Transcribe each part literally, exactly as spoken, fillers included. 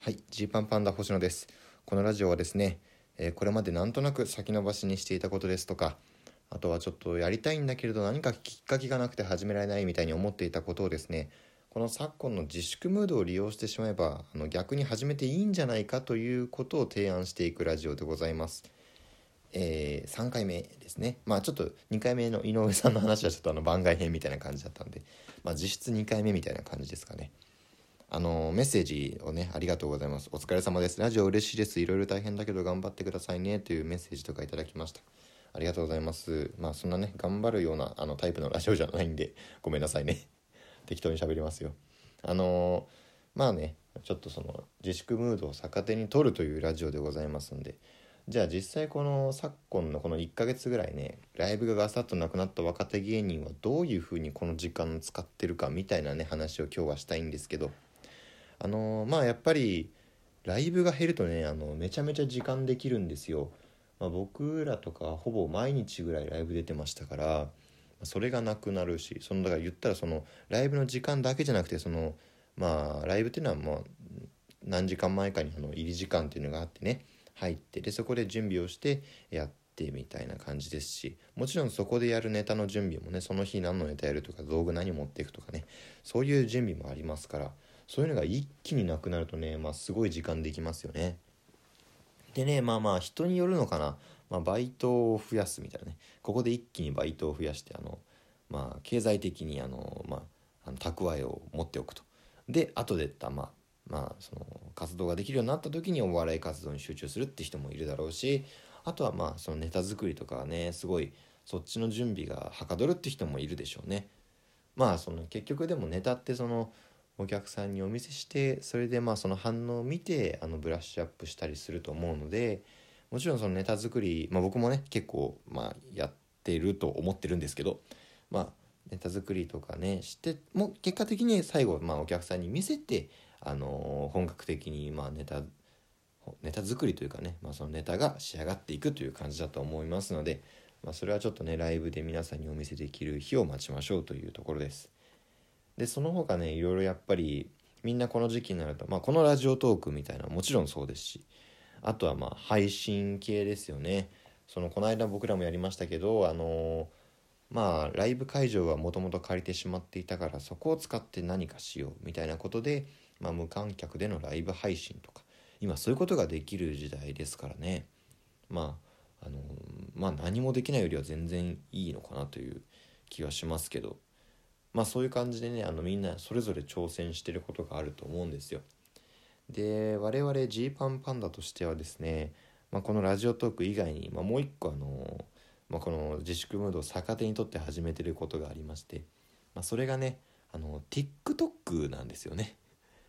はい、ジーパンパンダ星野です。このラジオはですね、えーこれまでなんとなく先延ばしにしていたことですとか、あとはちょっとやりたいんだけれど何かきっかけがなくて始められないみたいに思っていたことをですね、この昨今の自粛ムードを利用してしまえば、あの逆に始めていいんじゃないかということを提案していくラジオでございます。えー、さんかいめですね。まあちょっとにかいめの井上さんの話はちょっとあの番外編みたいな感じだったんで、まあ実質にかいめみたいな感じですかね。あのメッセージをね、ありがとうございます。お疲れ様です。ラジオ嬉しいです。いろいろ大変だけど頑張ってくださいねというメッセージとかいただきました。ありがとうございます。まあそんなね、頑張るようなあのタイプのラジオじゃないんでごめんなさいね。適当に喋りますよ。あのまあね、ちょっとその自粛ムードを逆手に取るというラジオでございますんで、じゃあ実際この昨今のこのいっかげつぐらいね、ライブがガサッとなくなった若手芸人はどういう風にこの時間を使ってるかみたいなね話を今日はしたいんですけど、あのーまあやっぱりライブが減るとね、あのめちゃめちゃ時間できるんですよ。まあ、僕らとかほぼ毎日ぐらいライブ出てましたから、それがなくなるし、そのだから言ったらそのライブの時間だけじゃなくて、そのまあライブっていうのはもう何時間前かにあの入り時間っていうのがあってね、入って、でそこで準備をしてやってみたいな感じですし、もちろんそこでやるネタの準備もね、その日何のネタやるとか道具何持っていくとかね、そういう準備もありますから、そういうのが一気になくなるとね、まあすごい時間できますよね。でね、まあまあ人によるのかな、まあ、バイトを増やすみたいなね、ここで一気にバイトを増やして、あのまあ経済的にあのまああの蓄えを持っておくと。で後でたまあまあその活動ができるようになった時にお笑い活動に集中するって人もいるだろうし、あとはまあそのネタ作りとかはね、すごいそっちの準備がはかどるって人もいるでしょうね。まあその結局でもネタってそのお客さんにお見せして、それでまあその反応を見てあのブラッシュアップしたりすると思うので、もちろんそのネタ作り、まあ、僕もね結構まあやってると思ってるんですけど、まあネタ作りとかねしても結果的に最後まあお客さんに見せて、あのー本格的にまあネタネタ作りというかね、まあ、そのネタが仕上がっていくという感じだと思いますので、まあ、それはちょっとねライブで皆さんにお見せできる日を待ちましょうというところです。でその他ね、いろいろやっぱりみんなこの時期になると、まあ、このラジオトークみたいなのはもちろんそうですし、あとはまあ配信系ですよね。そのこの間僕らもやりましたけど、あのまあライブ会場はもともと借りてしまっていたから、そこを使って何かしようみたいなことで、まあ、無観客でのライブ配信とか、今そういうことができる時代ですからね。まああのまあ何もできないよりは全然いいのかなという気はしますけど、まあそういう感じでね、あのみんなそれぞれ挑戦してることがあると思うんですよ。で我々ジーパンパンダとしてはですね、まあ、このラジオトーク以外に、まあ、もう一個あの、まあ、この自粛ムードを逆手にとって始めてることがありまして、まあ、それがね、あの TikTok なんですよね。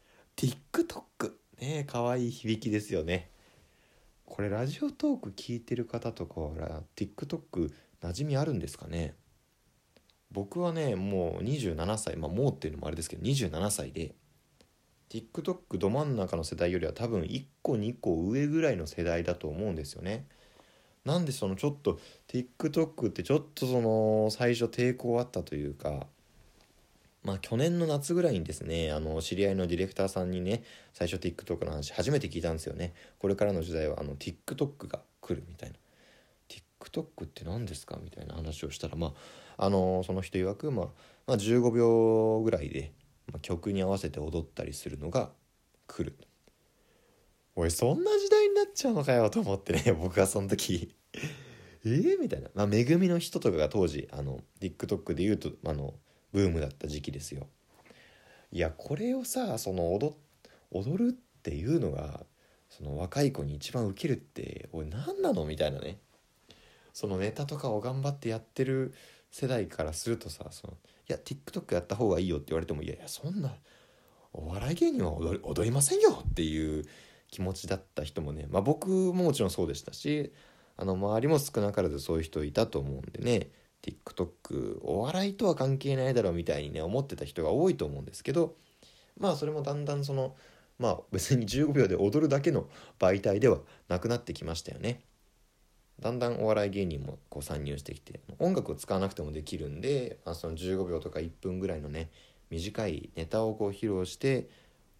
TikTok ね、可愛い響きですよね。これラジオトーク聞いてる方とかは TikTok 馴染みあるんですかね。僕はねもうにじゅうななさい、まあもうっていうのもあれですけどにじゅうななさいで、 TikTok ど真ん中の世代よりは多分いっこにこ上ぐらいの世代だと思うんですよね。なんでそのちょっと TikTok ってちょっとその最初抵抗あったというか、まあ去年の夏ぐらいにですね、あの知り合いのディレクターさんにね、最初 TikTok の話初めて聞いたんですよね。これからの時代はあの TikTok が来るみたいな。TikTok って何ですかみたいな話をしたら、まああのその人曰く、まあ、まあじゅうごびょうぐらいで、まあ、曲に合わせて踊ったりするのが来る。おいそんな時代になっちゃうのかよと思ってね、僕がその時えーみたいな、まあめぐみの人とかが当時あの TikTok で言うとあのブームだった時期ですよ。いやこれをさ、その踊踊るっていうのがその若い子に一番ウケるって、おい何なのみたいなね。そのネタとかを頑張ってやってる世代からするとさ、そのいや TikTok やった方がいいよって言われても、いやいやそんなお笑い芸人は踊り、踊りませんよっていう気持ちだった人もね、まあ僕ももちろんそうでしたし、あの周りも少なからずそういう人いたと思うんでね、 TikTok お笑いとは関係ないだろうみたいにね思ってた人が多いと思うんですけど、まあそれもだんだんそのまあ別にじゅうごびょうで踊るだけの媒体ではなくなってきましたよね。だんだんお笑い芸人もこう参入してきて、音楽を使わなくてもできるんで、まあ、そのじゅうごびょうとかいっぷんぐらいのね短いネタをこう披露して、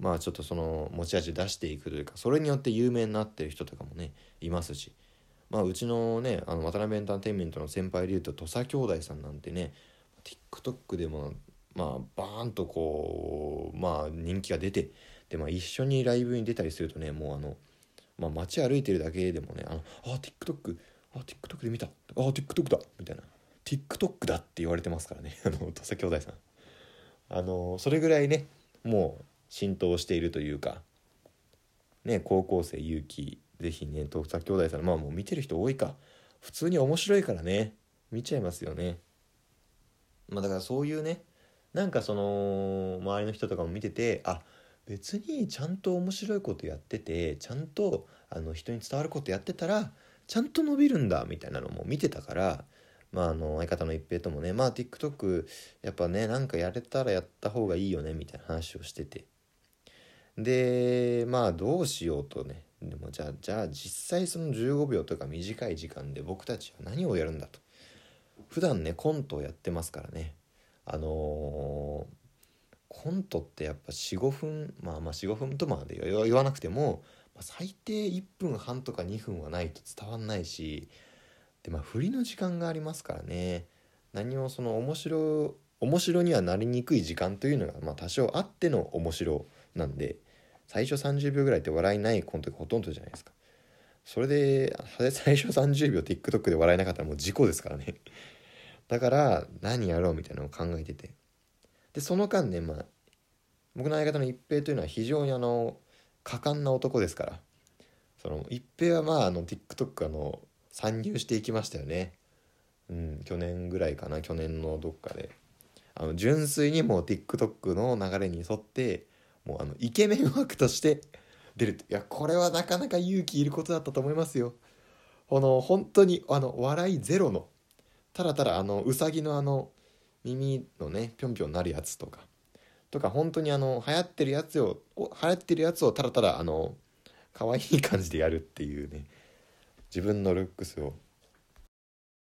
まあちょっとその持ち味出していくというか、それによって有名になってる人とかもねいますし、まあうちのねあの渡辺エンターテインメントの先輩でいうと土佐兄弟さんなんてね TikTok でもまあバーンとこうまあ人気が出て、でまあ一緒にライブに出たりするとね、もうあのまあ街歩いてるだけでもね、あのあ TikTok あ TikTok で見た、あ TikTok だみたいな、 TikTok だって言われてますからねあの土佐兄弟さん、あのそれぐらいねもう浸透しているというかね、高校生勇気ぜひね土佐兄弟さん、まあもう見てる人多いか、普通に面白いからね見ちゃいますよね。まあだからそういうね、なんかその周りの人とかも見てて、あ別にちゃんと面白いことやってて、ちゃんとあの人に伝わることやってたらちゃんと伸びるんだみたいなのも見てたから、まああの相方の一平ともね、まあ TikTok やっぱねなんかやれたらやった方がいいよねみたいな話をしてて、でまあどうしようとね、でもじゃあじゃあ実際そのじゅうごびょうとか短い時間で僕たちは何をやるんだと。普段ねコントをやってますからね、あのーコントってやっぱ よん,ご 分、まあまあよん、ごふんとまで言わなくても、まあ、最低いっぷんはんとかにふんはないと伝わんないし、でまあ振りの時間がありますからね、何もその面白面白にはなりにくい時間というのがまあ多少あっての面白なんで、最初さんじゅうびょうぐらいって笑いないコントがほとんどじゃないですか。それで最初さんじゅうびょう TikTok で笑えなかったらもう事故ですからねだから何やろうみたいなのを考えてて、でその間ね、まあ僕の相方の一平というのは非常にあの果敢な男ですから、その一平はまああの TikTok あの参入していきましたよね。うん、去年ぐらいかな、去年のどっかであの純粋にもう TikTok の流れに沿ってもうあのイケメン枠として出る。いやこれはなかなか勇気いることだったと思いますよ。この本当にあの笑いゼロの、ただただあのうさぎのあの耳のねぴょんぴょんなるやつとかとか本当にあの流行ってるやつを流行ってるやつをただただあの可愛い感じでやるっていうね、自分のルックスを